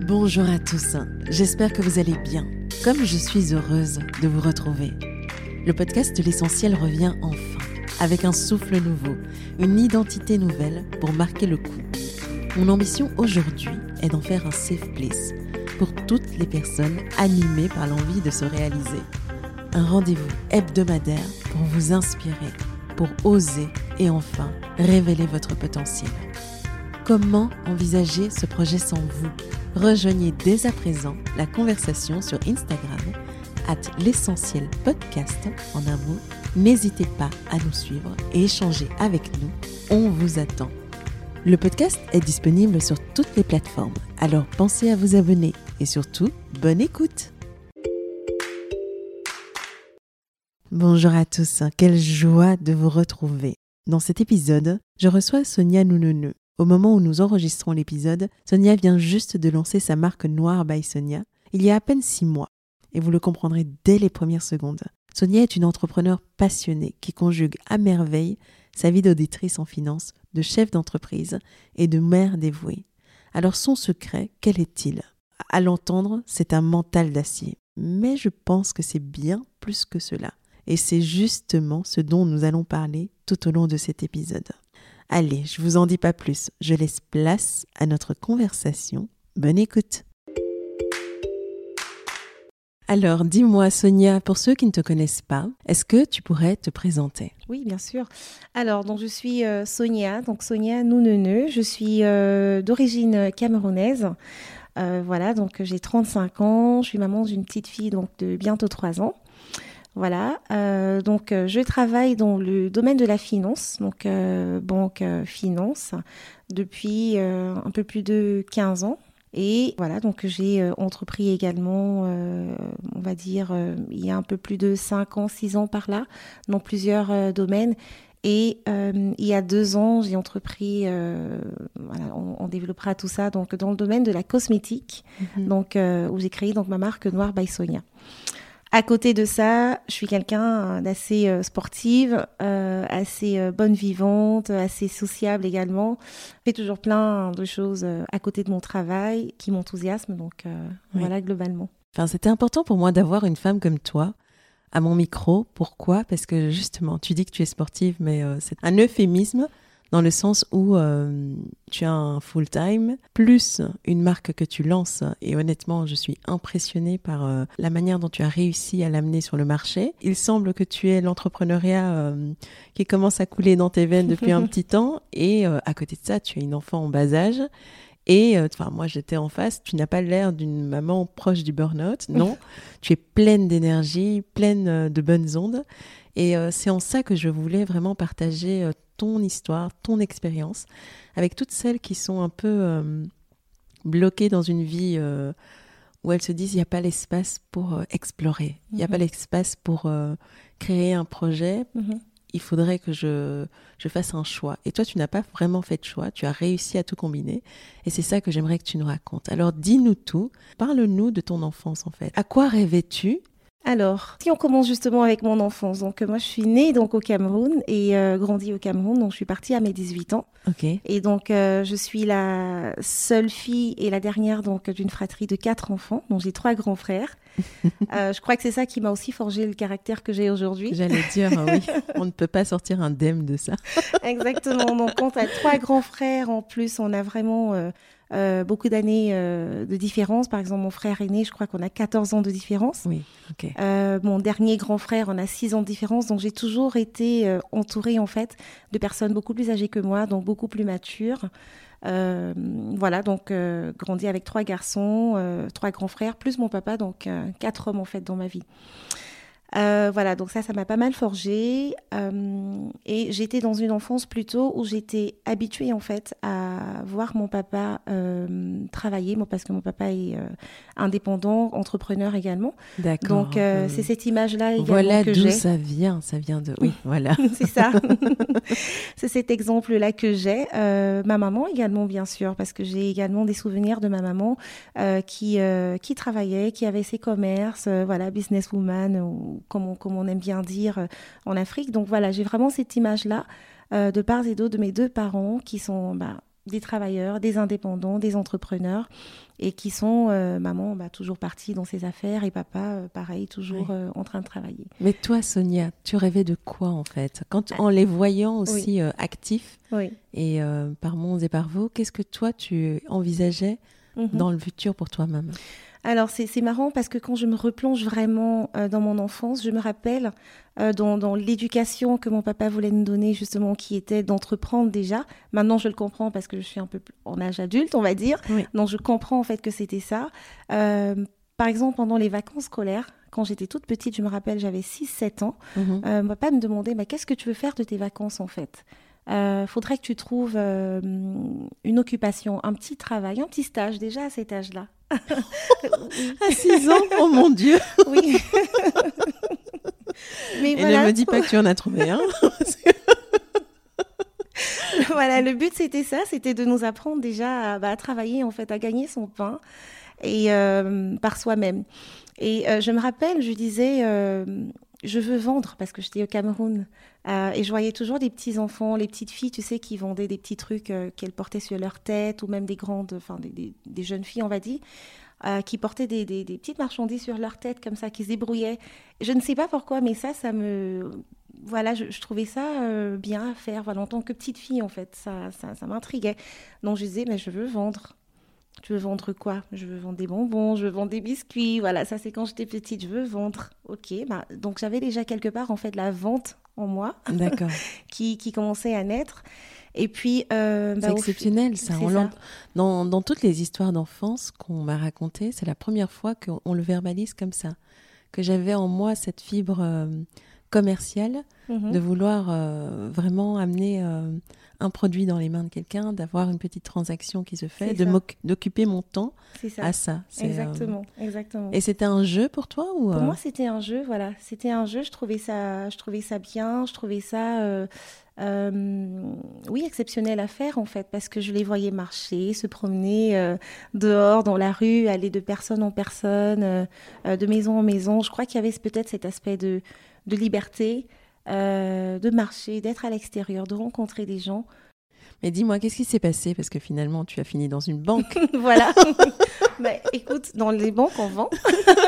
Bonjour à tous, j'espère que vous allez bien. Comme je suis heureuse de vous retrouver. Le podcast de l'essentiel revient enfin, avec un souffle nouveau, une identité nouvelle pour marquer le coup. Mon ambition aujourd'hui est d'en faire un safe place pour toutes les personnes animées par l'envie de se réaliser. Un rendez-vous hebdomadaire pour vous inspirer, pour oser et enfin révéler votre potentiel. Comment envisager ce projet sans vous ? Rejoignez dès à présent la conversation sur Instagram @l'essentielpodcast en un mot. N'hésitez pas à nous suivre et échanger avec nous. On vous attend. Le podcast est disponible sur toutes les plateformes, alors pensez à vous abonner et surtout, bonne écoute. Bonjour à tous, quelle joie de vous retrouver. Dans cet épisode, je reçois Sonia Nouneneu. Au moment où nous enregistrons l'épisode, Sonia vient juste de lancer sa marque Noir by Sonia, il y a à peine 6 mois. Et vous le comprendrez dès les premières secondes. Sonia est une entrepreneure passionnée qui conjugue à merveille sa vie d'auditrice en finance, de chef d'entreprise et de mère dévouée. Alors son secret, quel est-il ? À l'entendre, c'est un mental d'acier. Mais je pense que c'est bien plus que cela. Et c'est justement ce dont nous allons parler tout au long de cet épisode. Allez, je vous en dis pas plus, je laisse place à notre conversation. Bonne écoute. Alors, dis-moi Sonia, pour ceux qui ne te connaissent pas, est-ce que tu pourrais te présenter ? Oui, bien sûr. Alors, donc je suis Sonia Nouneneu. Je suis d'origine camerounaise. Voilà, donc j'ai 35 ans. Je suis maman d'une petite fille donc de bientôt 3 ans. Voilà, donc je travaille dans le domaine de la finance, donc banque finance, depuis un peu plus de 15 ans. Et voilà, donc j'ai entrepris également, on va dire, il y a un peu plus de 5 ans, 6 ans par là, dans plusieurs domaines. Et il y a 2 ans, j'ai entrepris, voilà, on développera tout ça, donc dans le domaine de la cosmétique, donc où j'ai créé donc ma marque Noir by Sonia. À côté de ça, je suis quelqu'un d'assez sportive, assez bonne vivante, assez sociable également. Je fais toujours plein de choses à côté de mon travail qui m'enthousiasment, donc voilà globalement. Enfin, c'était important pour moi d'avoir une femme comme toi à mon micro. Pourquoi ? Parce que justement, tu dis que tu es sportive, mais c'est un euphémisme dans le sens où tu as un full-time, plus une marque que tu lances. Et honnêtement, je suis impressionnée par la manière dont tu as réussi à l'amener sur le marché. Il semble que tu aies l'entrepreneuriat qui commence à couler dans tes veines depuis un petit temps. Et à côté de ça, tu as une enfant en bas âge. Et moi, j'étais en face. Tu n'as pas l'air d'une maman proche du burn-out. Non, tu es pleine d'énergie, pleine de bonnes ondes. Et c'est en ça que je voulais vraiment partager ton histoire, ton expérience, avec toutes celles qui sont un peu bloquées dans une vie où elles se disent il n'y a pas l'espace pour explorer, il n'y a pas l'espace pour créer un projet. Il faudrait que je fasse un choix. Et toi, tu n'as pas vraiment fait de choix, tu as réussi à tout combiner. Et c'est ça que j'aimerais que tu nous racontes. Alors, dis-nous tout, parle-nous de ton enfance en fait. À quoi rêvais-tu ? Alors, si on commence justement avec mon enfance, donc moi je suis née donc au Cameroun et grandie au Cameroun, donc je suis partie à mes 18 ans. Ok. Et donc je suis la seule fille et la dernière donc d'une fratrie de 4 enfants, donc j'ai 3 grands frères. Je crois que c'est ça qui m'a aussi forgé le caractère que j'ai aujourd'hui. J'allais dire, oui, on ne peut pas sortir indemne de ça. Exactement, donc quand on a 3 grands frères, en plus on a vraiment beaucoup d'années de différence. Par exemple, mon frère aîné, je crois qu'on a 14 ans de différence. Oui, ok. Mon dernier grand frère, on a 6 ans de différence. Donc, j'ai toujours été entourée, en fait, de personnes beaucoup plus âgées que moi, donc beaucoup plus matures. Voilà, donc grandi avec 3 garçons, 3 grands frères, plus mon papa, donc 4 hommes, en fait, dans ma vie. Voilà, donc ça m'a pas mal forgé. Et j'étais dans une enfance plutôt où j'étais habituée en fait à voir mon papa travailler, parce que mon papa est indépendant, entrepreneur également. D'accord. Donc c'est cette image-là également voilà que j'ai. j'ai. Voilà d'où ça vient de... Oui, voilà. C'est ça. C'est cet exemple-là que j'ai. Ma maman également, bien sûr, parce que j'ai également des souvenirs de ma maman qui travaillait, qui avait ses commerces, voilà, businesswoman, ou comme on aime bien dire en Afrique. Donc voilà, j'ai vraiment cette image-là de part et d'autre de mes 2 parents qui sont des travailleurs, des indépendants, des entrepreneurs, et qui sont, maman, toujours partie dans ses affaires, et papa, pareil, toujours en train de travailler. Mais toi, Sonia, tu rêvais de quoi en fait? En les voyant aussi actifs et par monts et par vaux, qu'est-ce que toi, tu envisageais dans le futur pour toi-même? Alors, c'est marrant parce que quand je me replonge vraiment dans mon enfance, je me rappelle dans l'éducation que mon papa voulait nous donner, justement, qui était d'entreprendre déjà. Maintenant, je le comprends parce que je suis un peu en âge adulte, on va dire. Oui. Donc, je comprends en fait que c'était ça. Par exemple, pendant les vacances scolaires, quand j'étais toute petite, je me rappelle, j'avais 6-7 ans, mon papa me demandait « Qu'est-ce que tu veux faire de tes vacances en fait ?» faudrait que tu trouves une occupation, un petit travail, un petit stage déjà à cet âge-là. À 6 ans, oh mon Dieu. Oui. Mais et voilà. Ne me dis pas que tu en as trouvé un. Voilà, le but c'était ça, c'était de nous apprendre déjà à travailler en fait, à gagner son pain et par soi-même. Et je me rappelle, je disais, je veux vendre parce que j'étais au Cameroun et je voyais toujours des petits enfants, les petites filles, tu sais, qui vendaient des petits trucs qu'elles portaient sur leur tête ou même des grandes, enfin des jeunes filles, on va dire. Qui portaient des petites marchandises sur leur tête comme ça, qui se débrouillaient. Je ne sais pas pourquoi, mais ça me... Voilà, je trouvais ça bien à faire. Voilà, en tant que petite fille, en fait, ça m'intriguait. Donc, je disais, mais je veux vendre. Tu veux vendre quoi? Je veux vendre des bonbons, je veux vendre des biscuits. Voilà, ça, c'est quand j'étais petite. Je veux vendre. OK, donc j'avais déjà quelque part, en fait, la vente en moi. D'accord. qui commençait à naître. Et puis, c'est exceptionnel, ça. Dans toutes les histoires d'enfance qu'on m'a racontées, c'est la première fois qu'on le verbalise comme ça. Que j'avais en moi cette fibre commerciale de vouloir vraiment amener un produit dans les mains de quelqu'un, d'avoir une petite transaction qui se fait, d'occuper mon temps à ça. Exactement. Et c'était un jeu pour toi ou Pour moi, c'était un jeu, voilà. C'était un jeu, je trouvais ça bien, je trouvais ça... oui, exceptionnel à faire en fait, parce que je les voyais marcher, se promener dehors dans la rue, aller de personne en personne, de maison en maison. Je crois qu'il y avait peut-être cet aspect de liberté, de marcher, d'être à l'extérieur, de rencontrer des gens. Mais dis-moi, qu'est-ce qui s'est passé? Parce que finalement, tu as fini dans une banque. Voilà. Écoute, dans les banques, on vend.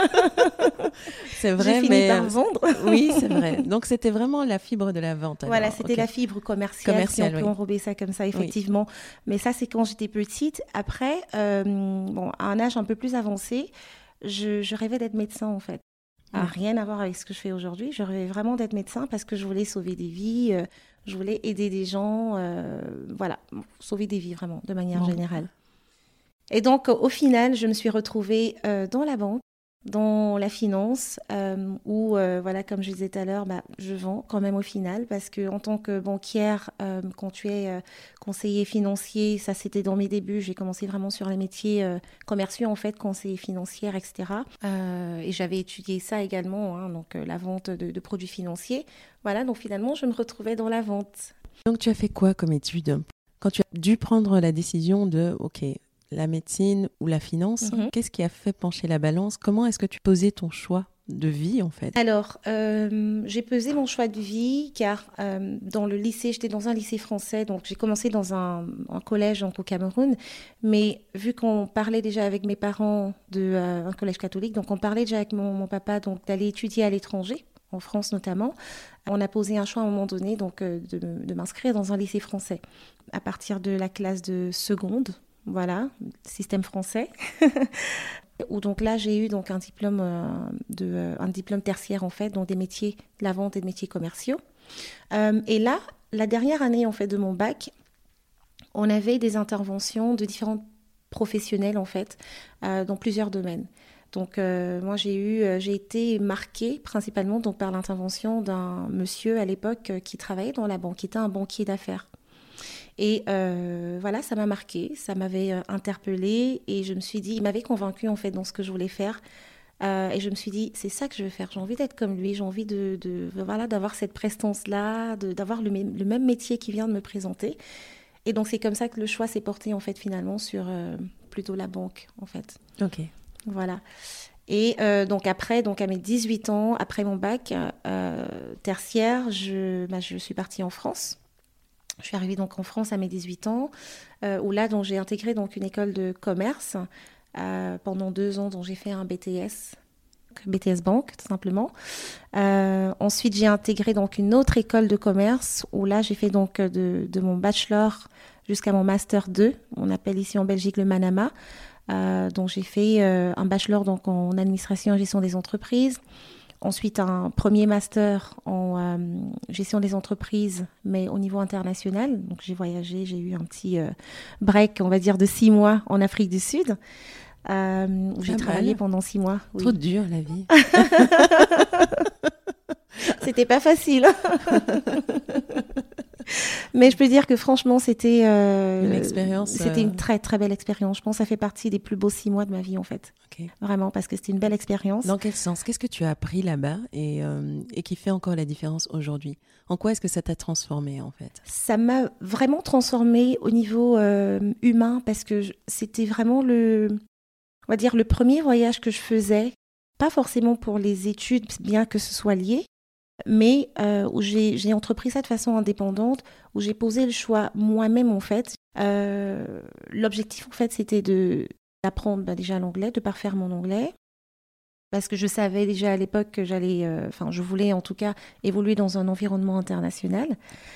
C'est vrai, j'ai fini par vendre. Oui, c'est vrai. Donc, c'était vraiment la fibre de la vente. Alors. Voilà, c'était la fibre commerciale, si on peut enrober ça comme ça, effectivement. Oui. Mais ça, c'est quand j'étais petite. Après, à un âge un peu plus avancé, je rêvais d'être médecin, en fait. Rien à voir avec ce que je fais aujourd'hui. Je rêvais vraiment d'être médecin parce que je voulais sauver des vies, je voulais aider des gens, sauver des vies vraiment, de manière générale. Et donc, au final, je me suis retrouvée dans la banque, dans la finance, où, comme je disais tout à l'heure, je vends quand même au final, parce qu'en tant que banquière, quand tu es conseiller financier, ça c'était dans mes débuts, j'ai commencé vraiment sur les métiers commerciaux, en fait, conseiller financière, etc. Et j'avais étudié ça également, donc la vente de produits financiers. Voilà, donc finalement, je me retrouvais dans la vente. Donc, tu as fait quoi comme étude? Quand tu as dû prendre la décision de, OK, la médecine ou la finance, qu'est-ce qui a fait pencher la balance? Comment est-ce que tu posais ton choix de vie, en fait? Alors, j'ai pesé mon choix de vie, car dans le lycée, j'étais dans un lycée français, donc j'ai commencé dans un collège donc, au Cameroun, mais vu qu'on parlait déjà avec mes parents d'un collège catholique, donc on parlait déjà avec mon papa donc, d'aller étudier à l'étranger, en France notamment, on a posé un choix à un moment donné donc, de m'inscrire dans un lycée français, à partir de la classe de seconde. Voilà, système français. Où donc là j'ai eu donc un diplôme tertiaire en fait, donc des métiers de la vente et de métiers commerciaux. Et là, la dernière année en fait de mon bac, on avait des interventions de différents professionnels en fait, dans plusieurs domaines. Donc moi j'ai été marquée principalement donc par l'intervention d'un monsieur à l'époque qui travaillait dans la banque, qui était un banquier d'affaires. Et ça m'a marquée, ça m'avait interpellée et je me suis dit, il m'avait convaincue en fait dans ce que je voulais faire. Et je me suis dit, c'est ça que je veux faire, j'ai envie d'être comme lui, j'ai envie d'avoir cette prestance-là, d'avoir le même métier qui vient de me présenter. Et donc c'est comme ça que le choix s'est porté en fait finalement sur plutôt la banque en fait. Ok. Voilà. Et donc après, donc à mes 18 ans, après mon bac tertiaire, je suis partie en France. Je suis arrivée donc en France à mes 18 ans, où là, donc, j'ai intégré donc, une école de commerce pendant 2 ans, dont j'ai fait un BTS Banque, tout simplement. Ensuite, j'ai intégré donc une autre école de commerce, où là, j'ai fait donc de mon bachelor jusqu'à mon master 2. On appelle ici en Belgique le Manama. Donc, j'ai fait un bachelor donc, en administration et gestion des entreprises. Ensuite, un premier master en gestion des entreprises, mais au niveau international. Donc, j'ai voyagé, j'ai eu un petit break, on va dire, de 6 mois en Afrique du Sud, où j'ai travaillé pendant 6 mois. Oui. Trop dur, la vie. C'était pas facile. Mais je peux dire que franchement, c'était une expérience. C'était une très très belle expérience. Je pense que ça fait partie des plus beaux 6 mois de ma vie en fait. Okay. Vraiment, parce que c'était une belle expérience. Dans quel sens? Qu'est-ce que tu as appris là-bas et qui fait encore la différence aujourd'hui? En quoi est-ce que ça t'a transformée en fait? Ça m'a vraiment transformée au niveau humain parce que c'était vraiment on va dire le premier voyage que je faisais, pas forcément pour les études, bien que ce soit lié, mais où j'ai entrepris ça de façon indépendante, où j'ai posé le choix moi-même en fait. L'objectif en fait c'était d'apprendre déjà l'anglais, de parfaire mon anglais, parce que je savais déjà à l'époque que je voulais en tout cas évoluer dans un environnement international.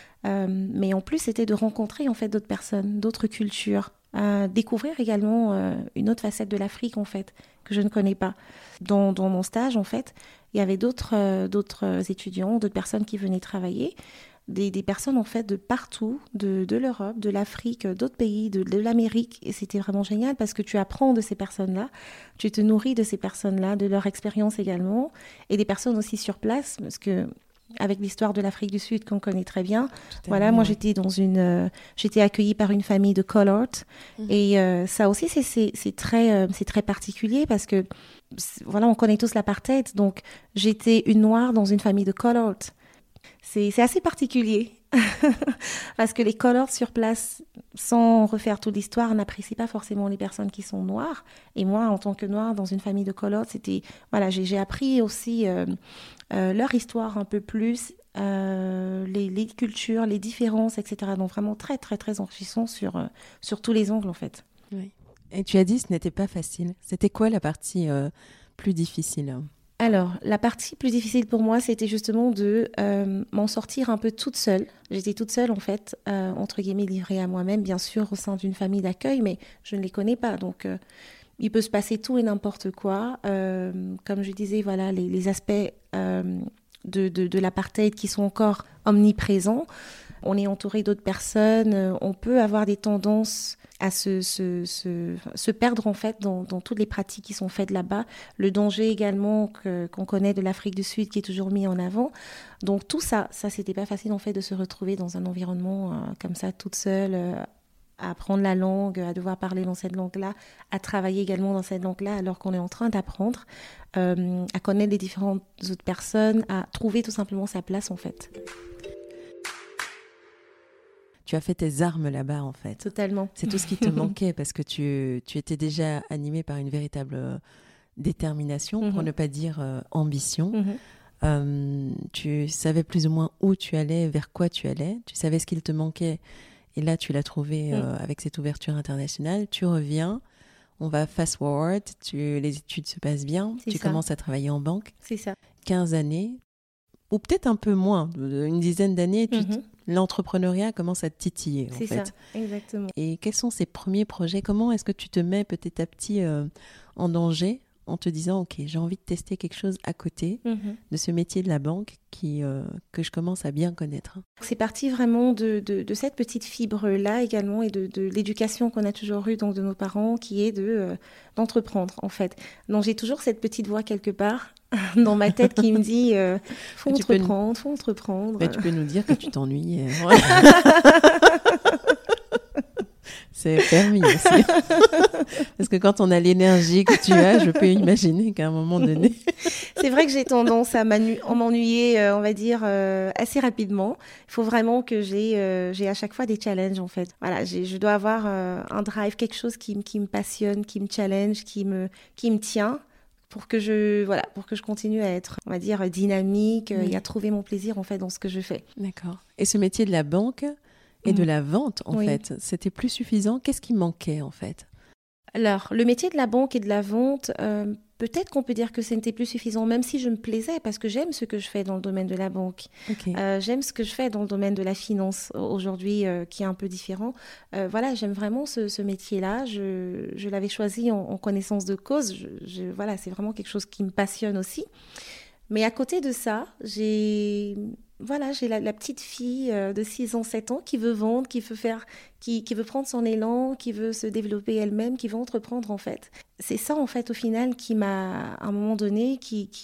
Mais en plus c'était de rencontrer en fait d'autres personnes, d'autres cultures, découvrir également une autre facette de l'Afrique en fait que je ne connais pas. Dans mon stage en fait, il y avait d'autres étudiants, d'autres personnes qui venaient travailler, des personnes en fait de partout, de l'Europe, de l'Afrique, d'autres pays, de l'Amérique, et c'était vraiment génial parce que tu apprends de ces personnes-là, tu te nourris de ces personnes-là, de leur expérience également, et des personnes aussi sur place, parce que avec l'histoire de l'Afrique du Sud qu'on connaît très bien. Voilà, moi j'étais j'étais accueillie par une famille de colored et ça aussi c'est très particulier parce que voilà, on connaît tous l'apartheid, donc j'étais une noire dans une famille de colored. C'est assez particulier parce que les colored sur place, sans refaire toute l'histoire, n'apprécient pas forcément les personnes qui sont noires. Et moi, en tant que noire dans une famille de colored, j'ai appris aussi leur histoire un peu plus, les cultures, les différences, etc. Donc vraiment très très très enrichissant sur tous les angles en fait. Oui. Et tu as dit que ce n'était pas facile. C'était quoi la partie plus difficile ? Alors, la partie plus difficile pour moi, c'était justement de m'en sortir un peu toute seule. J'étais toute seule, en fait, entre guillemets, livrée à moi-même, bien sûr, au sein d'une famille d'accueil, mais je ne les connais pas. Donc, il peut se passer tout et n'importe quoi. Comme je disais, voilà, les aspects de l'apartheid qui sont encore omniprésents. On est entouré d'autres personnes. On peut avoir des tendances à se perdre en fait dans toutes les pratiques qui sont faites là-bas. Le danger également qu'on connaît de l'Afrique du Sud qui est toujours mis en avant. Donc tout ça c'était pas facile en fait de se retrouver dans un environnement comme ça toute seule, à apprendre la langue, à devoir parler dans cette langue-là, à travailler également dans cette langue-là alors qu'on est en train d'apprendre, à connaître les différentes autres personnes, à trouver tout simplement sa place en fait. Tu as fait tes armes là-bas, en fait. Totalement. C'est tout ce qui te manquait parce que tu étais déjà animée par une véritable détermination, pour ne pas dire ambition. Tu savais plus ou moins où tu allais, vers quoi tu allais. Tu savais ce qu'il te manquait. Et là, tu l'as trouvé avec cette ouverture internationale. Tu reviens, on va fast-forward, les études se passent bien. Tu commences à travailler en banque. C'est ça. 15 années, ou peut-être un peu moins, une dizaine d'années, l'entrepreneuriat commence à te titiller. C'est ça, exactement. Et quels sont ces premiers projets? Comment est-ce que tu te mets petit à petit en danger en te disant, OK, j'ai envie de tester quelque chose à côté de ce métier de la banque que je commence à bien connaître? C'est parti vraiment de cette petite fibre-là également et de l'éducation qu'on a toujours eue donc de nos parents qui est d'entreprendre en fait. Donc j'ai toujours cette petite voix quelque part dans ma tête qui me dit faut entreprendre. Mais tu peux nous dire que tu t'ennuyais. C'est permis aussi. Parce que quand on a l'énergie que tu as, je peux imaginer qu'à un moment donné... C'est vrai que j'ai tendance à m'ennuyer, on va dire, assez rapidement. Il faut vraiment que j'ai à chaque fois des challenges, en fait. Voilà, je dois avoir un drive, quelque chose qui me passionne, qui me challenge, qui me tient, pour que je continue à être, on va dire, dynamique et à trouver mon plaisir, en fait, dans ce que je fais. D'accord. Et ce métier de la banque, et de la vente, en Oui. fait. C'était plus suffisant. Qu'est-ce qui manquait, en fait? Alors, le métier de la banque et de la vente, peut-être qu'on peut dire que ce n'était plus suffisant, même si je me plaisais, parce que j'aime ce que je fais dans le domaine de la banque. Ok. J'aime ce que je fais dans le domaine de la finance aujourd'hui, qui est un peu différent. Voilà, j'aime vraiment ce métier-là. Je l'avais choisi en connaissance de cause. Voilà, c'est vraiment quelque chose qui me passionne aussi. Mais à côté de ça, j'ai la petite fille de 6 ans, 7 ans qui veut vendre, qui veut prendre son élan, qui veut se développer elle-même, qui veut entreprendre en fait. C'est ça en fait au final qui m'a, à un moment donné,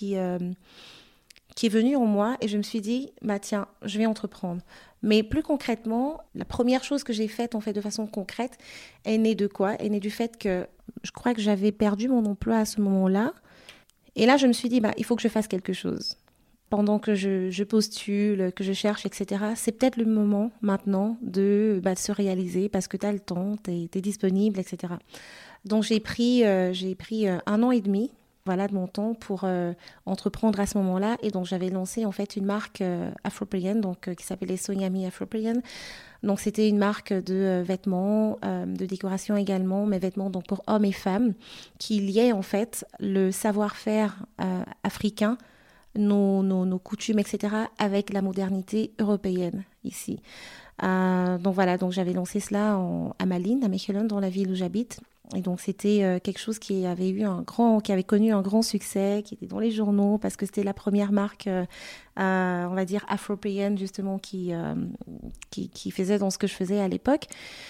qui est venu en moi et je me suis dit, bah tiens, je vais entreprendre. Mais plus concrètement, la première chose que j'ai faite en fait de façon concrète est née de quoi? Est née du fait que je crois que j'avais perdu mon emploi à ce moment-là. Et là, je me suis dit, bah, il faut que je fasse quelque chose. Pendant que je postule, que je cherche, etc., c'est peut-être le moment maintenant de se réaliser parce que tu as le temps, tu es disponible, etc. Donc j'ai pris 1 an et demi voilà, de mon temps pour entreprendre à ce moment-là. Et donc j'avais lancé en fait une marque Afropean, donc qui s'appelait Sonyami Afropean. Donc c'était une marque de vêtements, de décoration également, mais vêtements donc pour hommes et femmes, qui liaient en fait le savoir-faire africain, nos coutumes, etc., avec la modernité européenne ici. Donc voilà, donc j'avais lancé cela à Malines, à Mechelen, dans la ville où j'habite. Et donc c'était quelque chose qui avait connu un grand succès, qui était dans les journaux parce que c'était la première marque, on va dire afro-péenne justement, qui faisait dans ce que je faisais à l'époque.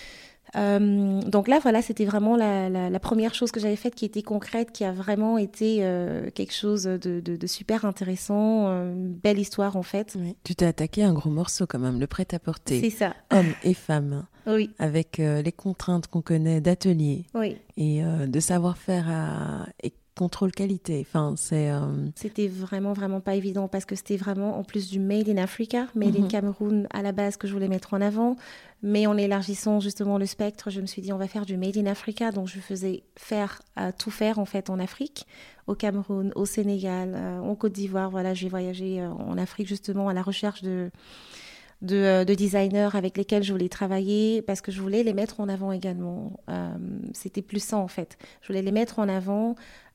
Donc là, voilà, c'était vraiment la première chose que j'avais faite qui était concrète, qui a vraiment été quelque chose de super intéressant, une belle histoire en fait. Oui. Tu t'es attaqué à un gros morceau quand même, le prêt-à-porter. C'est ça. Hommes et femmes. Oui. Avec les contraintes qu'on connaît d'atelier Oui. et de savoir-faire et contrôle qualité. Enfin, C'était vraiment, vraiment pas évident parce que c'était vraiment en plus du Made in Africa, Made in Cameroun à la base que je voulais mettre en avant. Mais en élargissant justement le spectre, je me suis dit on va faire du Made in Africa. Donc je faisais tout faire en fait en Afrique, au Cameroun, au Sénégal, en Côte d'Ivoire. Voilà, j'ai voyagé en Afrique justement à la recherche de designers avec lesquels je voulais travailler parce que je voulais les mettre en avant également. C'était plus ça en fait. Je voulais les mettre en avant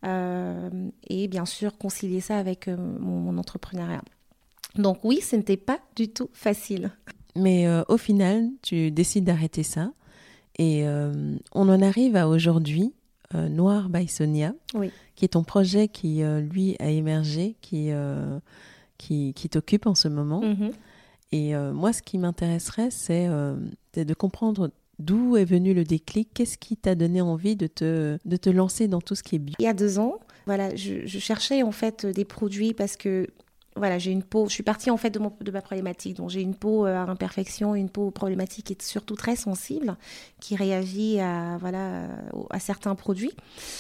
et bien sûr concilier ça avec mon entrepreneuriat. Donc oui, ce n'était pas du tout facile. Mais au final, tu décides d'arrêter ça et on en arrive à aujourd'hui, Noir by Sonia, oui. qui est ton projet qui, lui, a émergé, qui t'occupe en ce moment. Mm-hmm. Et moi, ce qui m'intéresserait, c'est de comprendre d'où est venu le déclic. Qu'est-ce qui t'a donné envie de te lancer dans tout ce qui est bio? Il y a 2 ans, voilà, je cherchais en fait des produits parce que voilà, j'ai une peau. Je suis partie en fait de ma problématique. Donc j'ai une peau à imperfection, une peau problématique qui est surtout très sensible, qui réagit à certains produits.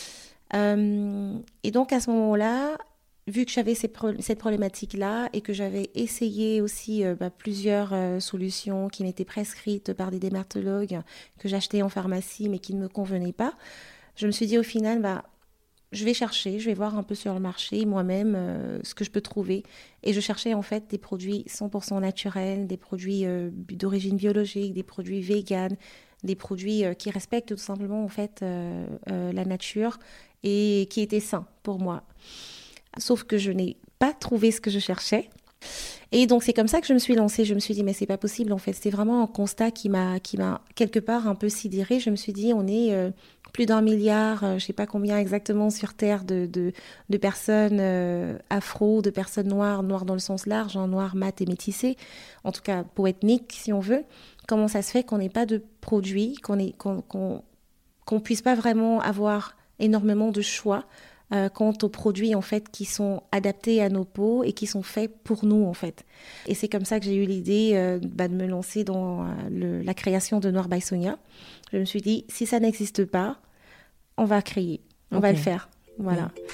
Et donc à ce moment-là, vu que j'avais cette problématique-là et que j'avais essayé aussi plusieurs solutions qui m'étaient prescrites par des dermatologues que j'achetais en pharmacie mais qui ne me convenaient pas, je me suis dit au final, je vais chercher, je vais voir un peu sur le marché moi-même ce que je peux trouver. Et je cherchais en fait des produits 100% naturels, des produits d'origine biologique, des produits véganes, des produits qui respectent tout simplement en fait la nature et qui étaient sains pour moi. Sauf que je n'ai pas trouvé ce que je cherchais. Et donc c'est comme ça que je me suis lancée. Je me suis dit mais c'est pas possible en fait. C'était vraiment un constat qui m'a quelque part un peu sidérée. Je me suis dit on est plus d'1 milliard, je sais pas combien exactement sur Terre de personnes afro, de personnes noires dans le sens large, noir, mat et métissé, en tout cas peau ethnique si on veut. Comment ça se fait qu'on n'ait pas de produits, qu'on puisse pas vraiment avoir énormément de choix quant aux produits en fait qui sont adaptés à nos peaux et qui sont faits pour nous en fait. Et c'est comme ça que j'ai eu l'idée de me lancer dans la création de Noir by Sonia. Je me suis dit si ça n'existe pas, on va créer, on va le faire. Voilà. Oui.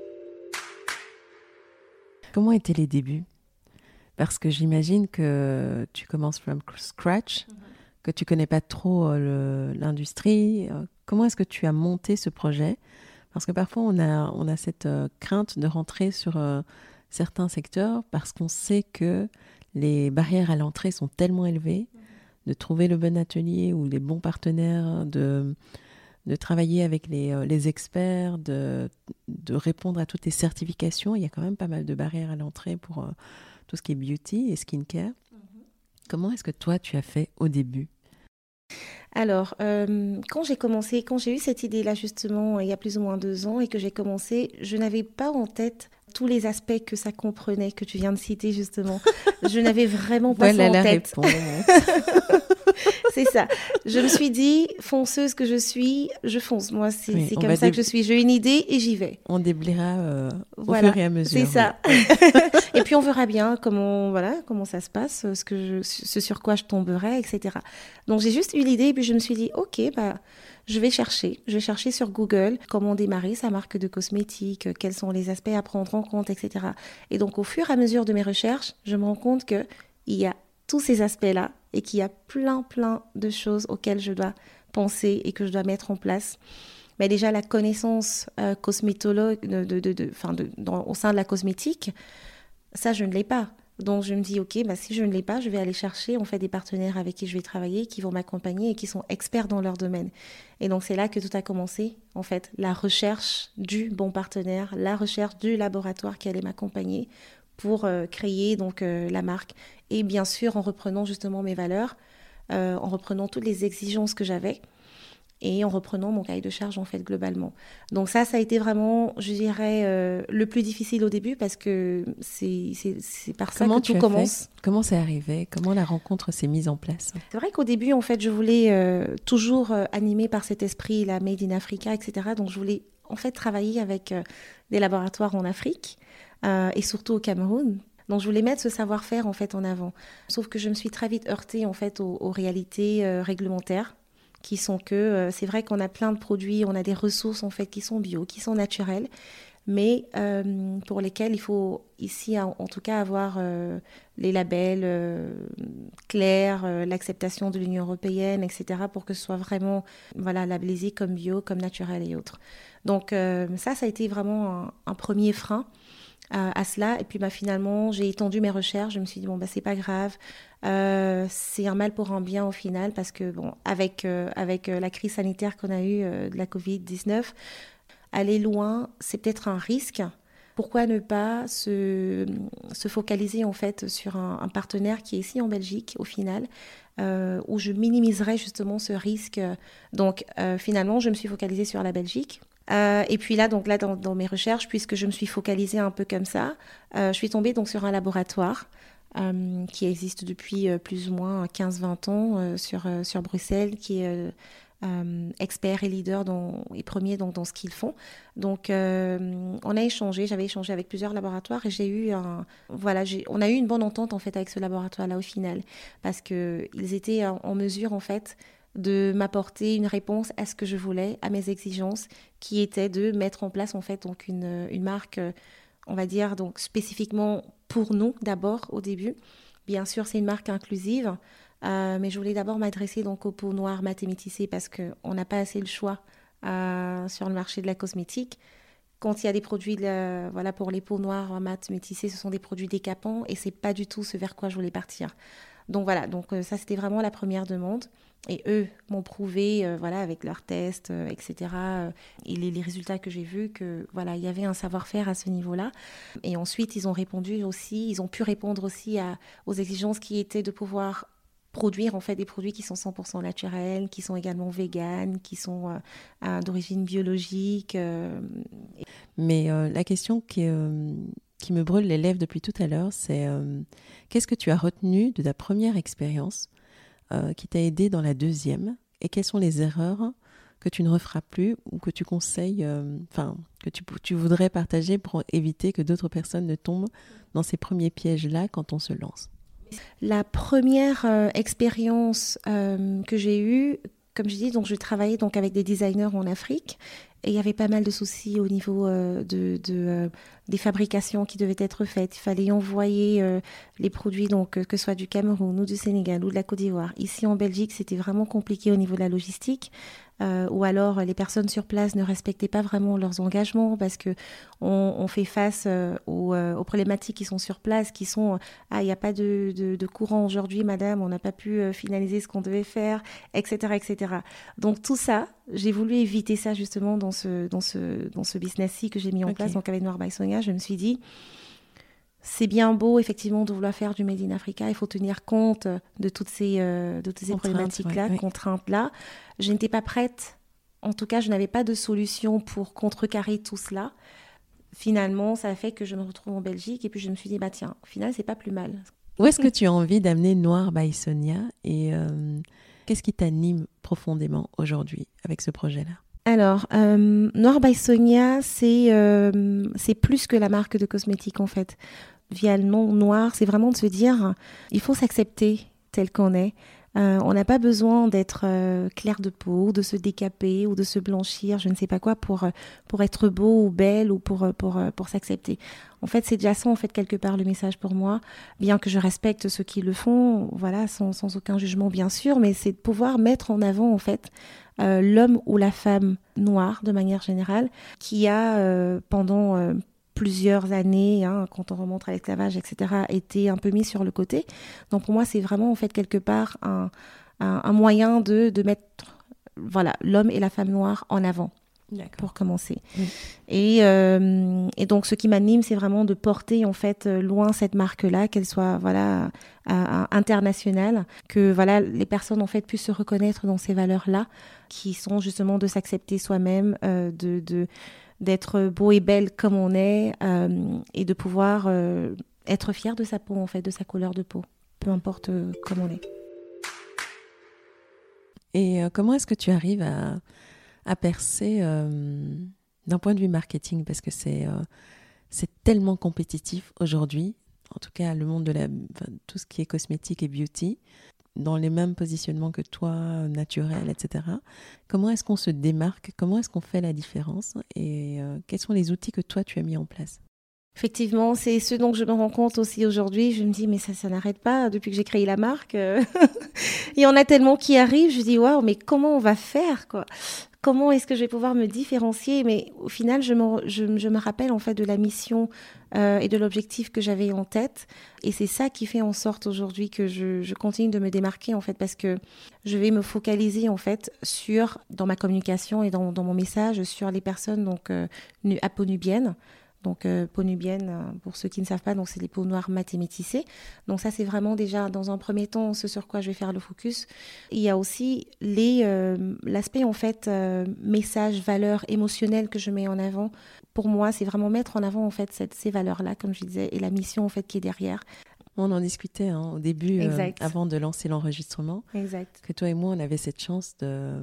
Comment étaient les débuts? Parce que j'imagine que tu commences from scratch, que tu connais pas trop l'industrie. Comment est-ce que tu as monté ce projet? Parce que parfois, on a cette crainte de rentrer sur certains secteurs parce qu'on sait que les barrières à l'entrée sont tellement élevées. de trouver le bon atelier ou les bons partenaires, de travailler avec les experts, de répondre à toutes les certifications. Il y a quand même pas mal de barrières à l'entrée pour tout ce qui est beauty et skincare. Comment est-ce que toi, tu as fait au début ? Alors, quand j'ai eu cette idée-là justement il y a plus ou moins 2 ans et que j'ai commencé, je n'avais pas en tête tous les aspects que ça comprenait, que tu viens de citer justement. Je n'avais vraiment pas ça en tête. Voilà la réponse. C'est ça. Je me suis dit, fonceuse que je suis, je fonce. Moi, c'est comme ça que je suis. J'ai une idée et j'y vais. On déblayera au fur et à mesure. C'est ça. Et puis, on verra bien comment ça se passe, ce sur quoi je tomberai, etc. Donc, j'ai juste eu l'idée et puis je me suis dit, OK, je vais chercher. Je vais chercher sur Google comment démarrer sa marque de cosmétiques, quels sont les aspects à prendre en compte, etc. Et donc, au fur et à mesure de mes recherches, je me rends compte qu'il y a tous ces aspects-là et qu'il y a plein de choses auxquelles je dois penser et que je dois mettre en place. Mais déjà, la connaissance cosmétologue au sein de la cosmétique, ça, je ne l'ai pas. Donc, je me dis, OK, si je ne l'ai pas, je vais aller chercher en fait des partenaires avec qui je vais travailler, qui vont m'accompagner et qui sont experts dans leur domaine. Et donc, c'est là que tout a commencé, en fait, la recherche du bon partenaire, la recherche du laboratoire qui allait m'accompagner pour créer donc la marque. Et bien sûr, en reprenant justement mes valeurs, en reprenant toutes les exigences que j'avais et en reprenant mon cahier de charge en fait globalement. Donc ça a été vraiment, je dirais, le plus difficile au début parce que c'est par ça que tout commence. Comment c'est arrivé ? Comment la rencontre s'est mise en place ? C'est vrai qu'au début, en fait, je voulais toujours animée par cet esprit, la Made in Africa, etc. Donc je voulais en fait travailler avec des laboratoires en Afrique et surtout au Cameroun. Donc, je voulais mettre ce savoir-faire, en fait, en avant. Sauf que je me suis très vite heurtée, en fait, aux réalités réglementaires qui sont que c'est vrai qu'on a plein de produits, on a des ressources, en fait, qui sont bio, qui sont naturelles, mais pour lesquelles il faut ici, en tout cas, avoir les labels clairs, l'acceptation de l'Union européenne, etc., pour que ce soit vraiment labellisé comme bio, comme naturel et autres. Donc, ça a été vraiment un premier frein à cela. Et puis finalement, j'ai étendu mes recherches. Je me suis dit, c'est pas grave. C'est un mal pour un bien au final parce que, avec la crise sanitaire qu'on a eue de la Covid-19, aller loin, c'est peut-être un risque. Pourquoi ne pas se focaliser en fait sur un partenaire qui est ici en Belgique au final, où je minimiserais justement ce risque. Donc finalement, je me suis focalisée sur la Belgique. Et puis là, dans mes recherches, puisque je me suis focalisée un peu comme ça, je suis tombée donc sur un laboratoire qui existe depuis plus ou moins 15-20 ans sur Bruxelles, qui est expert et leader et premier dans ce qu'ils font. Donc, j'avais échangé avec plusieurs laboratoires et on a eu une bonne entente en fait avec ce laboratoire-là au final, parce qu'ils étaient en mesure en fait de m'apporter une réponse à ce que je voulais, à mes exigences, qui était de mettre en place en fait donc une marque, on va dire donc spécifiquement pour nous d'abord au début. Bien sûr, c'est une marque inclusive, mais je voulais d'abord m'adresser donc aux peaux noires mat et métissées parce qu'on n'a pas assez le choix sur le marché de la cosmétique. Quand il y a des produits pour les peaux noires mat métissées, ce sont des produits décapants et c'est pas du tout ce vers quoi je voulais partir. Donc voilà, ça c'était vraiment la première demande. Et eux m'ont prouvé, avec leurs tests, etc. Et les résultats que j'ai vus, que il y avait un savoir-faire à ce niveau-là. Et ensuite, ils ont pu répondre aussi aux exigences qui étaient de pouvoir produire en fait des produits qui sont 100% naturels, qui sont également véganes, qui sont d'origine biologique. Mais la question qui me brûle les lèvres depuis tout à l'heure, c'est qu'est-ce que tu as retenu de ta première expérience qui t'a aidé dans la deuxième, et quelles sont les erreurs que tu ne referas plus ou que tu conseilles, que tu voudrais partager pour éviter que d'autres personnes ne tombent dans ces premiers pièges-là quand on se lance? La première expérience que j'ai eue, comme je dis, donc je travaillais donc avec des designers en Afrique. Et il y avait pas mal de soucis au niveau des fabrications qui devaient être faites. Il fallait envoyer les produits, donc que ce soit du Cameroun ou du Sénégal ou de la Côte d'Ivoire. Ici en Belgique, c'était vraiment compliqué au niveau de la logistique. ou alors les personnes sur place ne respectaient pas vraiment leurs engagements parce que on fait face aux problématiques qui sont sur place, qui sont il n'y a pas de courant aujourd'hui, madame, on n'a pas pu finaliser ce qu'on devait faire, etc., etc. Donc tout ça, j'ai voulu éviter ça justement dans ce business-ci que j'ai mis en place, donc avec Noir by Sonia. Je me suis dit, c'est bien beau effectivement de vouloir faire du Made in Africa, il faut tenir compte de toutes ces problématiques-là, contraintes-là. Je n'étais pas prête, en tout cas je n'avais pas de solution pour contrecarrer tout cela. Finalement, ça a fait que je me retrouve en Belgique et puis je me suis dit, bah tiens, au final, c'est pas plus mal. Où est-ce que tu as envie d'amener Noir by Sonia et qu'est-ce qui t'anime profondément aujourd'hui avec ce projet-là? Alors, Noir by Sonia, c'est plus que la marque de cosmétiques en fait. Via le nom Noir, c'est vraiment de se dire, il faut s'accepter tel qu'on est. On n'a pas besoin d'être clair de peau, de se décaper ou de se blanchir, je ne sais pas quoi, pour être beau ou belle ou pour s'accepter. En fait, c'est déjà ça, en fait, quelque part, le message pour moi. Bien que je respecte ceux qui le font, voilà, sans aucun jugement, bien sûr, mais c'est de pouvoir mettre en avant, en fait, l'homme ou la femme noire, de manière générale, qui a, pendant plusieurs années, quand on remonte à l'esclavage, etc., été un peu mis sur le côté. Donc pour moi, c'est vraiment en fait quelque part un moyen de mettre voilà, l'homme et la femme noire en avant. D'accord. Pour commencer. Oui. Et donc ce qui m'anime, c'est vraiment de porter en fait loin cette marque-là, qu'elle soit voilà internationale, que voilà les personnes en fait puissent se reconnaître dans ces valeurs-là, qui sont justement de s'accepter soi-même, d'être beau et belle comme on est, et de pouvoir être fier de sa peau, en fait, de sa couleur de peau, peu importe comme on est. Et comment est-ce que tu arrives à percer d'un point de vue marketing, parce que c'est tellement compétitif aujourd'hui, en tout cas le monde de tout ce qui est cosmétique et beauty, dans les mêmes positionnements que toi, naturel, etc. Comment est-ce qu'on se démarque? Comment est-ce qu'on fait la différence? Et quels sont les outils que toi, tu as mis en place? Effectivement, c'est ce dont je me rends compte aussi aujourd'hui. Je me dis, mais ça n'arrête pas depuis que j'ai créé la marque. Il y en a tellement qui arrivent. Je dis, waouh, mais comment on va faire, quoi? Comment est-ce que je vais pouvoir me différencier? Mais au final, je me rappelle en fait de la mission et de l'objectif que j'avais en tête. Et c'est ça qui fait en sorte aujourd'hui que je continue de me démarquer en fait, parce que je vais me focaliser en fait dans ma communication et dans mon message sur les personnes donc aponubiennes. Donc peau nubienne, pour ceux qui ne savent pas, donc c'est les peaux noires mat et métissées. Donc ça, c'est vraiment déjà dans un premier temps ce sur quoi je vais faire le focus. Il y a aussi l'aspect en fait message, valeur émotionnelle que je mets en avant. Pour moi, c'est vraiment mettre en avant en fait ces valeurs-là, comme je disais, et la mission en fait qui est derrière. On en discutait au début, avant de lancer l'enregistrement. Exact. Que toi et moi, on avait cette chance de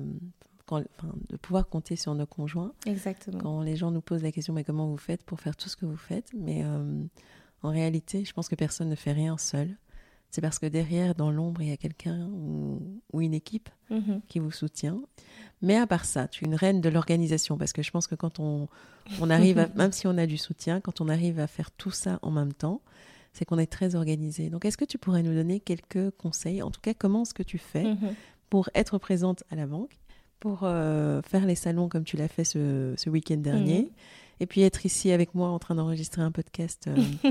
pouvoir compter sur nos conjoints. Exactement. Quand les gens nous posent la question, mais comment vous faites pour faire tout ce que vous faites? Mais en réalité, je pense que personne ne fait rien seul. C'est parce que derrière, dans l'ombre, il y a quelqu'un ou une équipe qui vous soutient. Mais à part ça, tu es une reine de l'organisation, parce que je pense que quand on arrive, même si on a du soutien, quand on arrive à faire tout ça en même temps, c'est qu'on est très organisé. Donc, est-ce que tu pourrais nous donner quelques conseils? En tout cas, comment est-ce que tu fais pour être présente à la banque, pour faire les salons comme tu l'as fait ce week-end dernier, et puis être ici avec moi en train d'enregistrer un podcast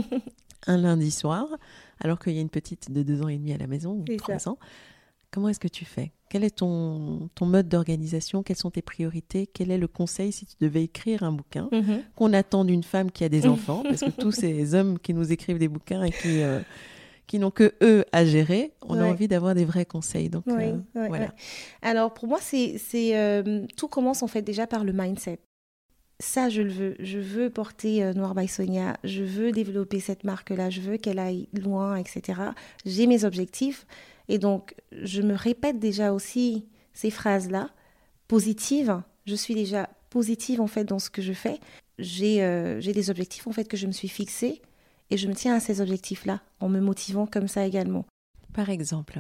un lundi soir, alors qu'il y a une petite de 2 ans et demi à la maison, ou 3 ans. Comment est-ce que tu fais? Quel est ton mode d'organisation? Quelles sont tes priorités? Quel est le conseil si tu devais écrire un bouquin qu'on attend d'une femme qui a des enfants? Parce que tous ces hommes qui nous écrivent des bouquins et qui n'ont que eux à gérer, on a envie d'avoir des vrais conseils. Donc, voilà. Alors, pour moi, tout commence en fait déjà par le mindset. Ça, je le veux. Je veux porter Noir by Sonia. Je veux développer cette marque-là. Je veux qu'elle aille loin, etc. J'ai mes objectifs. Et donc, je me répète déjà aussi ces phrases-là, positives. Je suis déjà positive, en fait, dans ce que je fais. J'ai des objectifs, en fait, que je me suis fixés. Et je me tiens à ces objectifs-là, en me motivant comme ça également. Par exemple,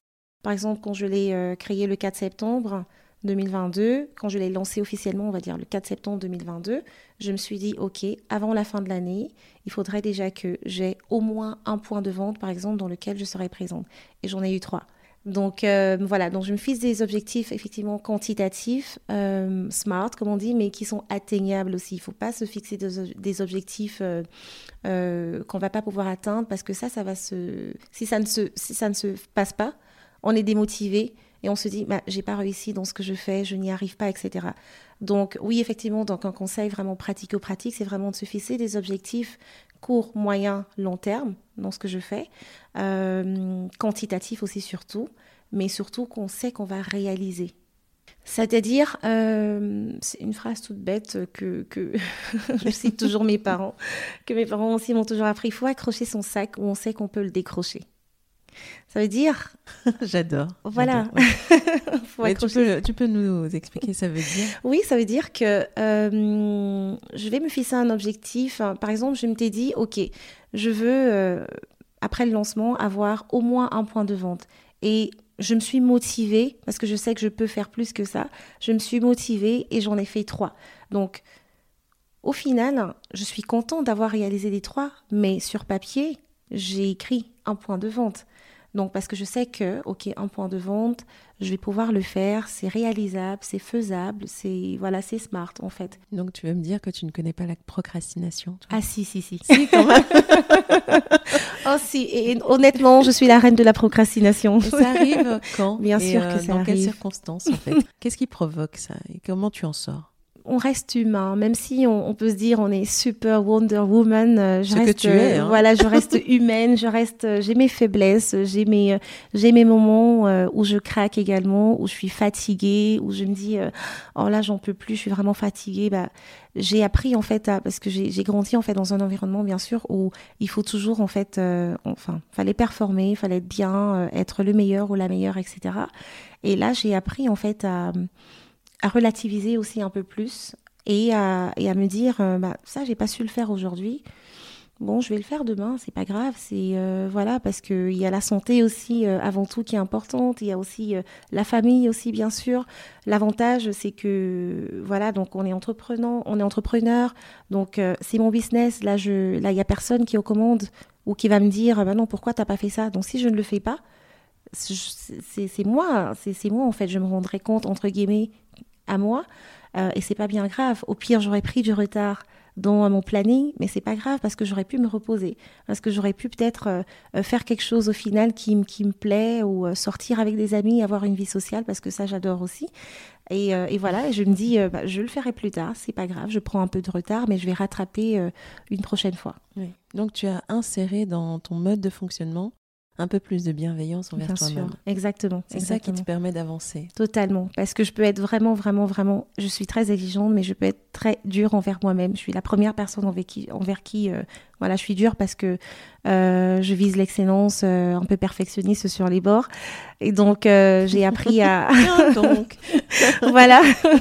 quand je l'ai créé le 4 septembre 2022, quand je l'ai lancé officiellement, on va dire le 4 septembre 2022, je me suis dit, OK, avant la fin de l'année, il faudrait déjà que j'ai au moins un point de vente, par exemple, dans lequel je serai présente. Et j'en ai eu 3. Donc voilà, donc je me fixe des objectifs effectivement quantitatifs, smart comme on dit, mais qui sont atteignables aussi. Il ne faut pas se fixer des objectifs qu'on ne va pas pouvoir atteindre parce que ça va si ça ne se passe pas, on est démotivé et on se dit j'ai pas réussi dans ce que je fais, je n'y arrive pas, etc. Donc oui, effectivement, donc un conseil vraiment pratico-pratique, c'est vraiment de se fixer des objectifs court, moyen, long terme dans ce que je fais, quantitatif aussi surtout, mais surtout qu'on sait qu'on va réaliser. C'est-à-dire, c'est une phrase toute bête que je cite toujours mes parents, que mes parents aussi m'ont toujours appris, il faut accrocher son sac où on sait qu'on peut le décrocher. Ça veut dire... J'adore. Voilà. Ouais. Tu peux nous expliquer ça veut dire? Oui, ça veut dire que je vais me fixer un objectif. Par exemple, je m'étais dit, OK, je veux, après le lancement, avoir au moins un point de vente. Et je me suis motivée, parce que je sais que je peux faire plus que ça. Je me suis motivée et j'en ai fait 3. Donc, au final, je suis contente d'avoir réalisé les 3, mais sur papier, j'ai écrit un point de vente. Donc, parce que je sais que, OK, un point de vente, je vais pouvoir le faire, c'est réalisable, c'est faisable, c'est smart, en fait. Donc, tu veux me dire que tu ne connais pas la procrastination, toi? Ah, si. Si, quand même. Oh, si, et honnêtement, je suis la reine de la procrastination. Et ça arrive quand? Bien sûr que ça arrive. Dans quelles circonstances, en fait? Qu'est-ce qui provoque ça? Et comment tu en sors? On reste humain, même si on peut se dire on est super Wonder Woman. Que tu es. Hein. Voilà, je reste humaine, j'ai mes faiblesses, j'ai mes moments où je craque également, où je suis fatiguée, où je me dis oh là j'en peux plus, je suis vraiment fatiguée. J'ai appris en fait parce que j'ai grandi en fait dans un environnement bien sûr où il faut toujours en fait, fallait performer, il fallait être bien, être le meilleur ou la meilleure, etc. Et là j'ai appris en fait à relativiser aussi un peu plus et à me dire ça j'ai pas su le faire aujourd'hui, bon je vais le faire demain, c'est pas grave, c'est voilà, parce que il y a la santé aussi avant tout qui est importante, il y a aussi la famille aussi bien sûr. L'avantage c'est que voilà, donc on est entrepreneur, donc c'est mon business, là il y a personne qui est aux commandes ou qui va me dire non pourquoi t'as pas fait ça, donc si je ne le fais pas c'est moi en fait, je me rendrai compte entre guillemets à moi, et c'est pas bien grave. Au pire, j'aurais pris du retard dans mon planning, mais c'est pas grave parce que j'aurais pu me reposer, parce que j'aurais pu peut-être faire quelque chose au final qui me plaît, ou sortir avec des amis, avoir une vie sociale, parce que ça j'adore aussi. Et voilà, et je me dis je le ferai plus tard, c'est pas grave, je prends un peu de retard, mais je vais rattraper une prochaine fois. Oui. Donc tu as inséré dans ton mode de fonctionnement un peu plus de bienveillance envers toi-même. Exactement. C'est ça qui te permet d'avancer. Totalement. Parce que je peux être vraiment, je suis très exigeante, mais je peux être très dure envers moi-même. Je suis la première personne envers qui je suis dure parce que je vise l'excellence, un peu perfectionniste sur les bords. Et donc, j'ai appris à... Voilà.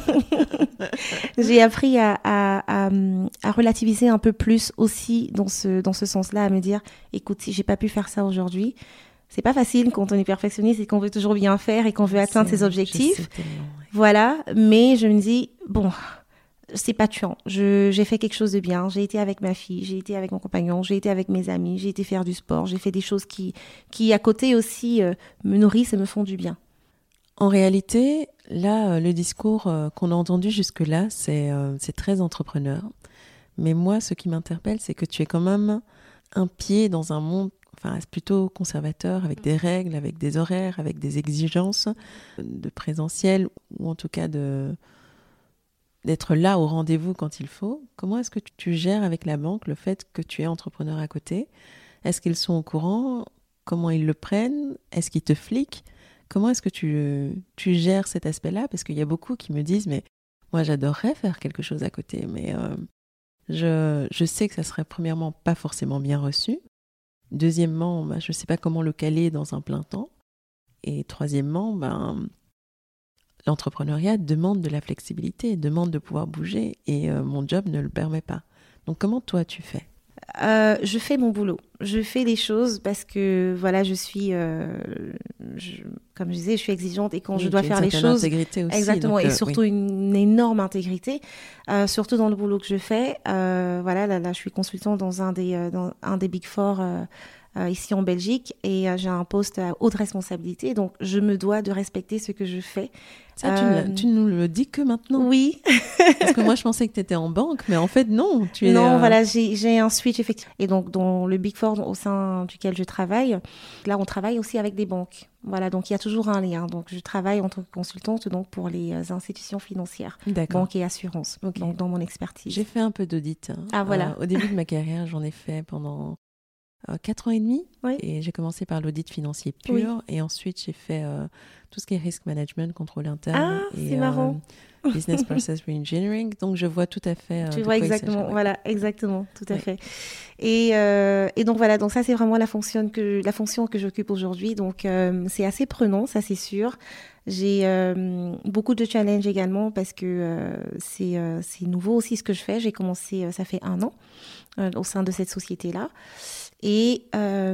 J'ai appris à relativiser un peu plus aussi dans ce sens-là, à me dire, écoute, si j'ai pas pu faire ça aujourd'hui, c'est pas facile quand on est perfectionniste et qu'on veut toujours bien faire et qu'on veut atteindre ses objectifs. Voilà, mais je me dis, bon, c'est pas tuant. J'ai fait quelque chose de bien. J'ai été avec ma fille, j'ai été avec mon compagnon, j'ai été avec mes amis, j'ai été faire du sport, j'ai fait des choses qui à côté aussi me nourrissent et me font du bien. En réalité, là, le discours qu'on a entendu jusque-là, c'est très entrepreneur. Mais moi, ce qui m'interpelle, c'est que tu es quand même un pied dans un monde plutôt conservateur, avec des règles, avec des horaires, avec des exigences de présentiel, ou en tout cas d'être là au rendez-vous quand il faut. Comment est-ce que tu gères avec la banque le fait que tu es entrepreneur à côté? Est-ce qu'ils sont au courant? Comment ils le prennent? Est-ce qu'ils te fliquent? Comment est-ce que tu gères cet aspect-là? Parce qu'il y a beaucoup qui me disent, mais moi j'adorerais faire quelque chose à côté, mais je sais que ça serait premièrement pas forcément bien reçu. Deuxièmement, je ne sais pas comment le caler dans un plein temps. Et troisièmement, l'entrepreneuriat demande de la flexibilité, demande de pouvoir bouger, et mon job ne le permet pas. Donc comment toi tu fais? Je fais mon boulot. Je fais les choses parce que voilà, je suis, comme je disais, je suis exigeante, et quand je dois faire les choses, intégrité aussi, exactement, donc, et surtout une énorme intégrité, surtout dans le boulot que je fais. Voilà, là, je suis consultante dans un des Big Four ici en Belgique et j'ai un poste à haute responsabilité, donc je me dois de respecter ce que je fais. Ça, tu nous le dis que maintenant? Oui. Parce que moi, je pensais que tu étais en banque, mais en fait, non. Non, voilà, j'ai un switch effectivement. Et donc, dans le Big Four au sein duquel je travaille, là, on travaille aussi avec des banques. Voilà, donc il y a toujours un lien. Donc, je travaille en tant que consultante donc, pour les institutions financières, banques et assurances, donc dans mon expertise. J'ai fait un peu d'audit. Ah, voilà. Au début de ma carrière, j'en ai fait pendant 4 ans et demi. Oui. Et j'ai commencé par l'audit financier pur. Oui. Et ensuite, j'ai fait tout ce qui est risk management, contrôle interne. Ah, c'est marrant. Business process reengineering. Donc, je vois tout à fait. Tu vois exactement. Voilà, exactement. Tout à fait. Et donc, voilà. Donc, ça, c'est vraiment la fonction que j'occupe aujourd'hui. Donc, c'est assez prenant, ça, c'est sûr. J'ai beaucoup de challenges également parce que c'est nouveau aussi ce que je fais. J'ai commencé, ça fait 1 an au sein de cette société-là. Et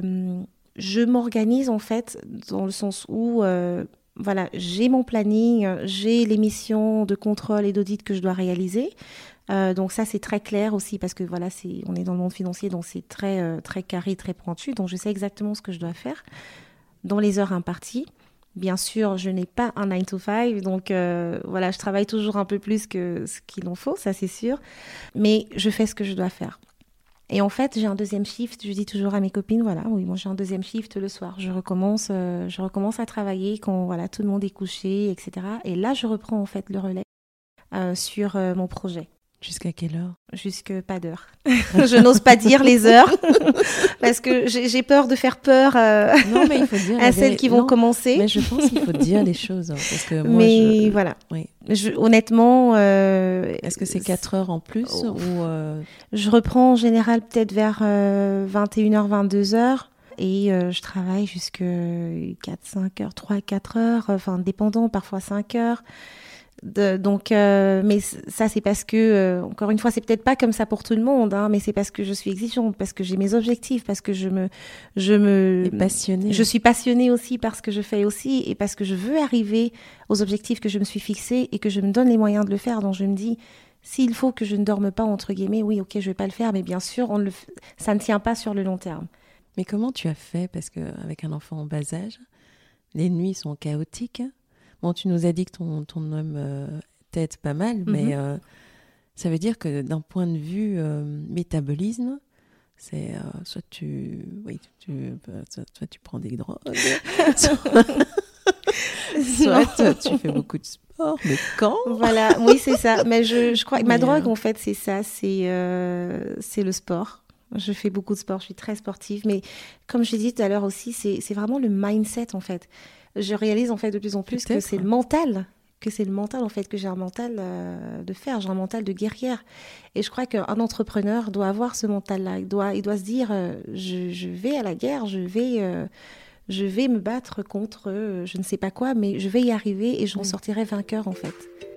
je m'organise en fait dans le sens où voilà, j'ai mon planning, j'ai les missions de contrôle et d'audit que je dois réaliser. Donc ça, c'est très clair aussi parce que voilà, on est dans le monde financier, donc c'est très, très carré, très pointu. Donc je sais exactement ce que je dois faire dans les heures imparties. Bien sûr, je n'ai pas un 9 to 5, donc voilà, je travaille toujours un peu plus que ce qu'il en faut, ça c'est sûr. Mais je fais ce que je dois faire. Et en fait, j'ai un deuxième shift. Je dis toujours à mes copines, voilà, oui, moi j'ai un deuxième shift le soir. Je recommence à travailler quand voilà tout le monde est couché, etc. Et là, je reprends en fait le relais sur mon projet. Jusqu'à quelle heure? Jusque pas d'heure. Je n'ose pas dire les heures parce que j'ai peur de faire peur non, mais il faut dire à celles qui vont commencer. Mais je pense qu'il faut dire les choses. Parce que moi, mais voilà. Oui. Honnêtement... Est-ce que c'est 4 heures en plus ou Je reprends en général peut-être vers 21h, 22h. Et je travaille jusque 4-5 heures, 3-4 heures, enfin dépendant, parfois 5 heures. Mais ça c'est parce que encore une fois c'est peut-être pas comme ça pour tout le monde mais c'est parce que je suis exigeante, parce que j'ai mes objectifs, parce que passionnée. Je suis passionnée aussi par ce que je fais aussi et parce que je veux arriver aux objectifs que je me suis fixés et que je me donne les moyens de le faire. Donc je me dis, s'il faut que je ne dorme pas entre guillemets, oui ok je vais pas le faire, mais bien sûr ça ne tient pas sur le long terme. Mais comment tu as fait, parce qu'avec un enfant en bas âge, les nuits sont chaotiques. Bon, tu nous as dit que ton homme t'aide pas mal, mais ça veut dire que d'un point de vue métabolisme, c'est soit tu prends des drogues, soit tu fais beaucoup de sport, mais quand? Voilà, oui c'est ça. Mais je crois que ma drogue en fait c'est ça, c'est le sport. Je fais beaucoup de sport, je suis très sportive, mais comme je l'ai dit tout à l'heure aussi, c'est vraiment le mindset en fait. Je réalise en fait de plus en plus que c'est le mental en fait, que j'ai un mental de fer, j'ai un mental de guerrière. Et je crois qu'un entrepreneur doit avoir ce mental-là. Il doit se dire, je vais à la guerre, je vais me battre contre je ne sais pas quoi, mais je vais y arriver et j'en sortirai vainqueur en fait.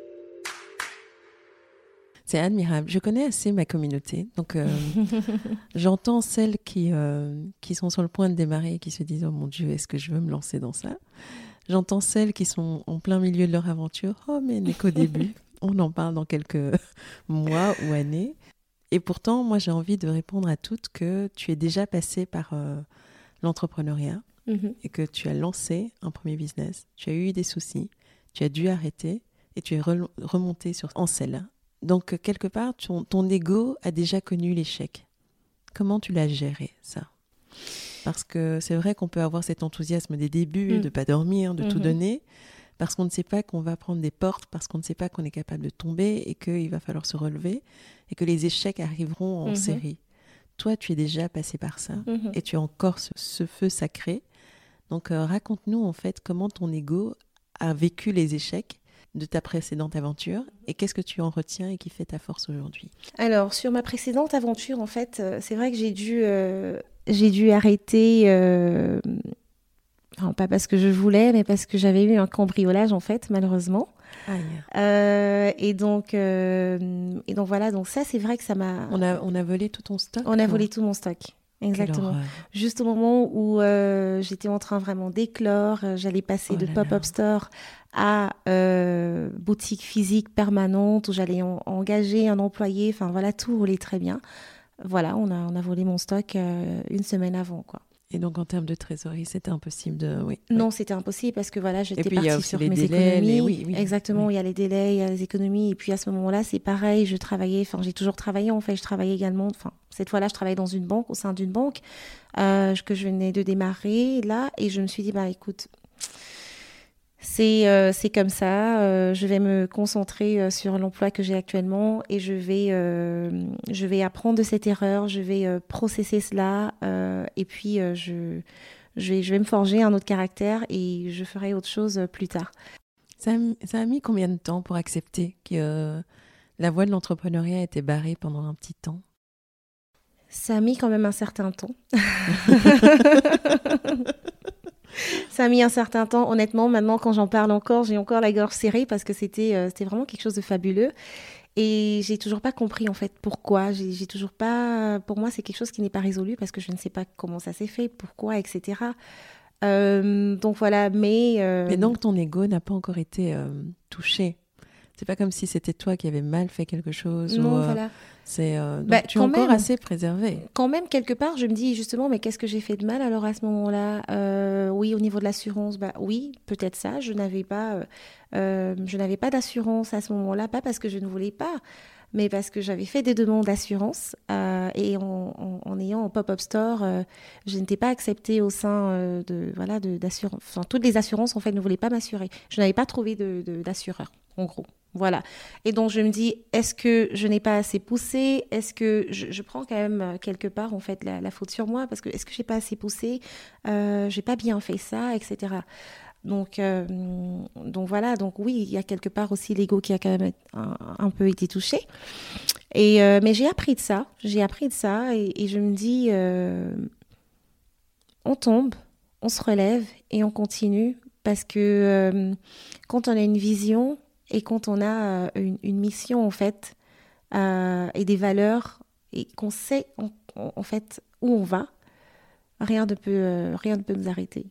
C'est admirable. Je connais assez ma communauté. Donc, j'entends celles qui sont sur le point de démarrer et qui se disent « Oh mon Dieu, est-ce que je veux me lancer dans ça ?» J'entends celles qui sont en plein milieu de leur aventure. « Oh, mais n'est qu'au début. » On en parle dans quelques mois ou années. Et pourtant, moi, j'ai envie de répondre à toutes que tu es déjà passée par l'entrepreneuriat et que tu as lancé un premier business. Tu as eu des soucis, tu as dû arrêter et tu es remontée en selle. Donc, quelque part, ton ego a déjà connu l'échec. Comment tu l'as géré, ça? Parce que c'est vrai qu'on peut avoir cet enthousiasme des débuts, de ne pas dormir, de tout donner, parce qu'on ne sait pas qu'on va prendre des portes, parce qu'on ne sait pas qu'on est capable de tomber et qu'il va falloir se relever et que les échecs arriveront en série. Toi, tu es déjà passé par ça et tu as encore ce feu sacré. Donc, raconte-nous, en fait, comment ton ego a vécu les échecs de ta précédente aventure et qu'est-ce que tu en retiens et qui fait ta force aujourd'hui? Alors, sur ma précédente aventure, en fait, c'est vrai que j'ai dû arrêter, enfin, pas parce que je voulais, mais parce que j'avais eu un cambriolage, en fait, malheureusement. Et donc voilà, donc ça, c'est vrai que ça m'a... On a volé tout ton stock? On a volé tout mon stock. Exactement. Juste au moment où j'étais en train vraiment d'éclore, j'allais passer de pop-up store à boutique physique permanente où j'allais engager un employé. Enfin voilà, tout roulait très bien. Voilà, on a volé mon stock une semaine avant, quoi. Et donc, en termes de trésorerie, c'était impossible de... Oui, Non, oui. c'était impossible parce que voilà, Et j'étais puis, il y a partie aussi sur les mes délais. économies. Oui, oui. Exactement, Oui. il y a les délais, il y a les économies. Et puis à ce moment-là, c'est pareil, je travaillais, enfin j'ai toujours travaillé en fait, je travaillais également, enfin cette fois-là, je travaillais dans une banque, au sein d'une banque que je venais de démarrer là. Et je me suis dit, bah écoute, c'est comme ça, je vais me concentrer sur l'emploi que j'ai actuellement et je vais apprendre de cette erreur, je vais processer cela et puis je vais me forger un autre caractère et je ferai autre chose plus tard. Ça a mis combien de temps pour accepter que la voie de l'entrepreneuriat était barrée pendant un petit temps? Ça a mis quand même un certain temps. Ça a mis un certain temps. Honnêtement, maintenant, quand j'en parle encore, j'ai encore la gorge serrée parce que c'était vraiment quelque chose de fabuleux. Et j'ai toujours pas compris, en fait, pourquoi. J'ai toujours pas... Pour moi, c'est quelque chose qui n'est pas résolu parce que je ne sais pas comment ça s'est fait, pourquoi, etc. Donc voilà, mais... Mais donc, ton ego n'a pas encore été touché. C'est pas comme si c'était toi qui avais mal fait quelque chose. non, Ou, voilà. donc, Bah, tu es quand encore même. assez préservé. Quand même, quelque part, je me dis justement, mais qu'est-ce que j'ai fait de mal alors à ce moment-là? Oui, au niveau de l'assurance, bah oui, peut-être ça. Je n'avais pas d'assurance à ce moment-là, pas parce que je ne voulais pas, mais parce que j'avais fait des demandes d'assurance et en ayant un pop-up store, je n'étais pas acceptée au sein d'assurance. Enfin, toutes les assurances en fait ne voulaient pas m'assurer. Je n'avais pas trouvé d'assureur, en gros. Voilà. Et donc, je me dis, est-ce que je n'ai pas assez poussé? Est-ce que je prends quand même quelque part, en fait, la faute sur moi? Parce que est-ce que j'ai pas assez poussé? J'ai pas bien fait ça, etc. Donc voilà. Donc oui, il y a quelque part aussi l'ego qui a quand même un peu été touché. Mais j'ai appris de ça. J'ai appris de ça et je me dis, on tombe, on se relève et on continue. Parce que quand on a une vision et quand on a une mission, en fait, et des valeurs, et qu'on sait, en fait, où on va, rien ne peut nous arrêter.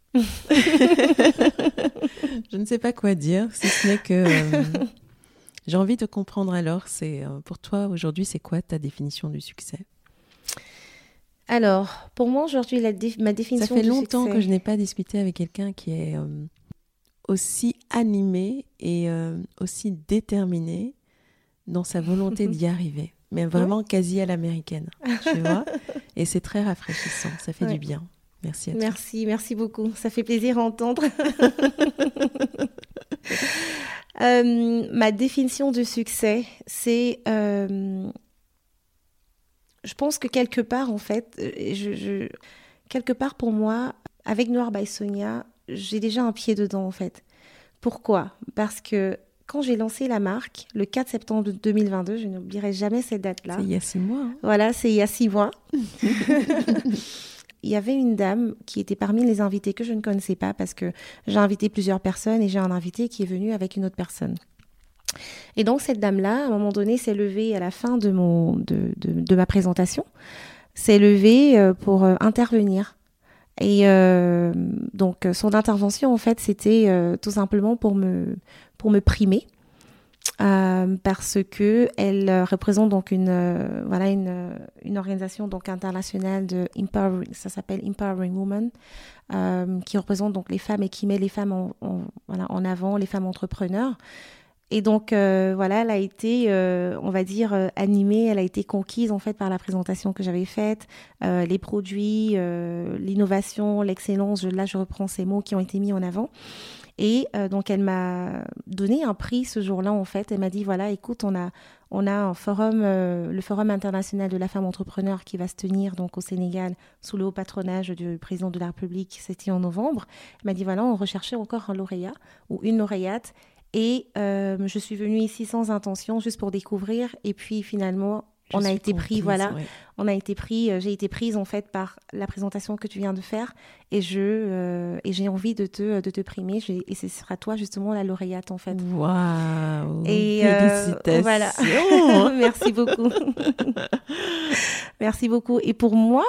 Je ne sais pas quoi dire, si ce n'est que j'ai envie de comprendre alors. Pour toi, aujourd'hui, c'est quoi ta définition du succès? Alors, pour moi, aujourd'hui, ma définition Ça fait du longtemps succès... que je n'ai pas discuté avec quelqu'un qui est aussi animé et aussi déterminé dans sa volonté d'y arriver, mais vraiment quasi à l'américaine, tu vois. Et c'est très rafraîchissant, ça fait du bien. Merci à toi. Merci beaucoup. Ça fait plaisir à entendre. Ma définition du succès, c'est... je pense que quelque part, en fait, quelque part pour moi, avec Noir by Sonia, j'ai déjà un pied dedans, en fait. Pourquoi? Parce que quand j'ai lancé la marque, le 4 septembre 2022, je n'oublierai jamais cette date-là. C'est il y a 6 mois. Hein. Voilà, c'est il y a 6 mois. Il y avait une dame qui était parmi les invités que je ne connaissais pas parce que j'ai invité plusieurs personnes et j'ai un invité qui est venu avec une autre personne. Et donc cette dame-là, à un moment donné, s'est levée à la fin de ma présentation, s'est levée pour intervenir. Et donc son intervention, en fait, c'était tout simplement pour me primer. Parce que elle représente donc une organisation donc internationale de empowering, ça s'appelle Empowering Women, qui représente donc les femmes et qui met les femmes en avant, les femmes entrepreneurs. Et donc elle a été, on va dire, animée, elle a été conquise en fait par la présentation que j'avais faite, les produits, l'innovation, l'excellence. Là, je reprends ces mots qui ont été mis en avant. Et donc, elle m'a donné un prix ce jour-là, en fait. Elle m'a dit, voilà, écoute, on a un forum, le Forum international de la femme entrepreneur qui va se tenir donc au Sénégal sous le haut patronage du président de la République. C'était en novembre. Elle m'a dit, voilà, on recherchait encore un lauréat ou une lauréate. Et je suis venue ici sans intention, juste pour découvrir. Et puis, finalement... On a été pris, voilà. Ouais. On a été pris. J'ai été prise en fait par la présentation que tu viens de faire, et j'ai envie de te primer. Et ce sera toi justement la lauréate en fait. Waouh. Félicitations. Voilà. Merci beaucoup. Merci beaucoup. Et pour moi,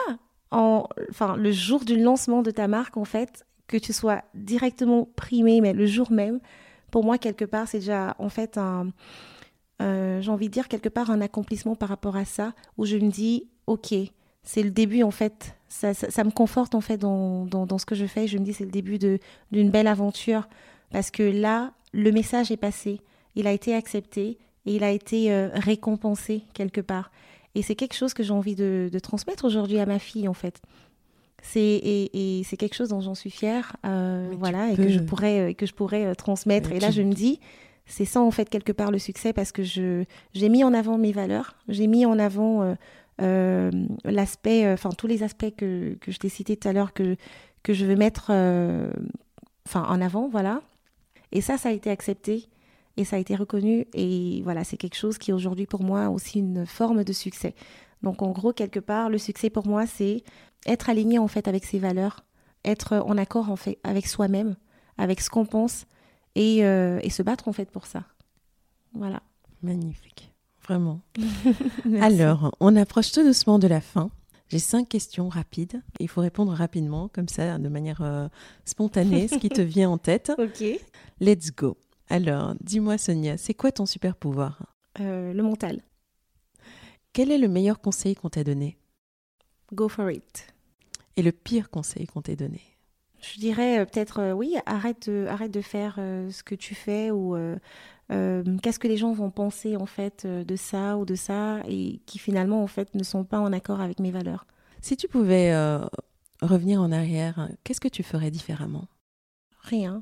le jour du lancement de ta marque en fait, que tu sois directement primée, mais le jour même, pour moi quelque part, c'est déjà en fait j'ai envie de dire quelque part un accomplissement par rapport à ça, où je me dis, ok, c'est le début en fait. Ça me conforte en fait dans ce que je fais. Je me dis c'est le début d'une belle aventure parce que là, le message est passé. Il a été accepté et il a été récompensé quelque part. Et c'est quelque chose que j'ai envie de transmettre aujourd'hui à ma fille en fait. Et c'est quelque chose dont j'en suis fière, voilà, et que je pourrais transmettre. Et là, je me dis, c'est ça en fait quelque part le succès parce que j'ai mis en avant mes valeurs, j'ai mis en avant l'aspect, enfin tous les aspects que je t'ai cités tout à l'heure que je veux mettre, en avant, voilà. Et ça a été accepté et ça a été reconnu. Et voilà, c'est quelque chose qui aujourd'hui pour moi a aussi une forme de succès. Donc en gros, quelque part, le succès pour moi, c'est être aligné en fait avec ses valeurs, être en accord en fait avec soi-même, avec ce qu'on pense et se battre en fait pour ça. Voilà. Magnifique, vraiment. Alors, on approche tout doucement de la fin. J'ai 5 questions rapides. Il faut répondre rapidement, comme ça, de manière spontanée, ce qui te vient en tête. Ok. Let's go. Alors, dis-moi Sonia, c'est quoi ton super pouvoir ? Le mental. Quel est le meilleur conseil qu'on t'a donné ? Go for it. Et le pire conseil qu'on t'ait donné ? Je dirais peut-être, oui, arrête de faire ce que tu fais ou qu'est-ce que les gens vont penser en fait de ça ou de ça et qui finalement en fait ne sont pas en accord avec mes valeurs. Si tu pouvais revenir en arrière, qu'est-ce que tu ferais différemment ? Rien.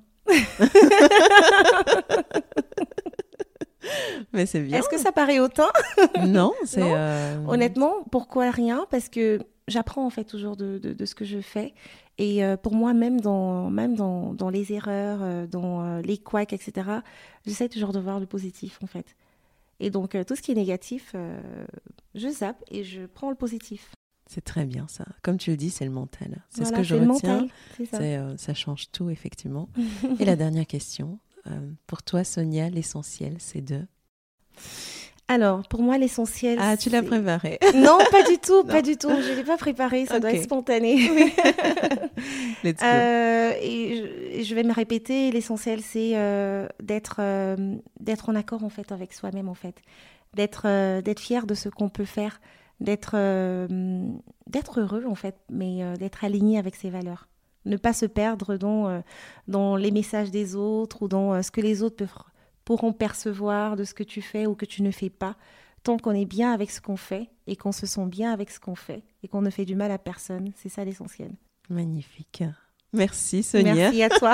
Mais c'est bien. Est-ce que ça paraît autant ? Non, c'est... Non. Honnêtement, pourquoi rien ? Parce que j'apprends en fait toujours de ce que je fais. Et pour moi, même dans les erreurs, dans les couacs, etc., j'essaie toujours de voir le positif en fait. Et donc, tout ce qui est négatif, je zappe et je prends le positif. C'est très bien ça. Comme tu le dis, c'est le mental. C'est voilà, ce que je retiens. retiens. C'est ça. Ça change tout, effectivement. Et la dernière question. Pour toi, Sonia, l'essentiel, c'est de... Alors, pour moi, l'essentiel... Ah, tu l'as préparé. Non, pas du tout, pas du tout. Je ne l'ai pas préparé, ça doit être spontané. Let's go. Et je vais me répéter, l'essentiel, c'est d'être en accord, en fait, avec soi-même, en fait. D'être fier de ce qu'on peut faire, d'être heureux, en fait, mais d'être aligné avec ses valeurs. Ne pas se perdre dans les messages des autres ou dans ce que les autres pourront percevoir de ce que tu fais ou que tu ne fais pas. Tant qu'on est bien avec ce qu'on fait et qu'on se sent bien avec ce qu'on fait et qu'on ne fait du mal à personne, c'est ça l'essentiel. Magnifique. Merci Sonia. Merci à toi.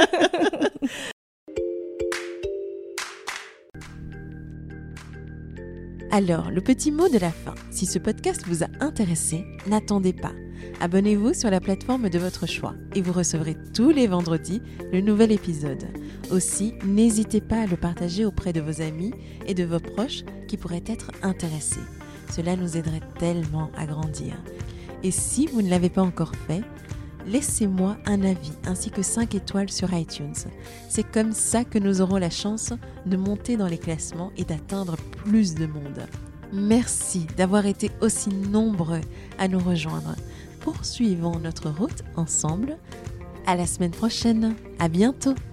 Alors, le petit mot de la fin. Si ce podcast vous a intéressé, n'attendez pas. Abonnez-vous sur la plateforme de votre choix et vous recevrez tous les vendredis le nouvel épisode. Aussi, n'hésitez pas à le partager auprès de vos amis et de vos proches qui pourraient être intéressés. Cela nous aiderait tellement à grandir. Et si vous ne l'avez pas encore fait, laissez-moi un avis ainsi que 5 étoiles sur iTunes. C'est comme ça que nous aurons la chance de monter dans les classements et d'atteindre plus de monde. Merci d'avoir été aussi nombreux à nous rejoindre. Poursuivons notre route ensemble. À la semaine prochaine. À bientôt.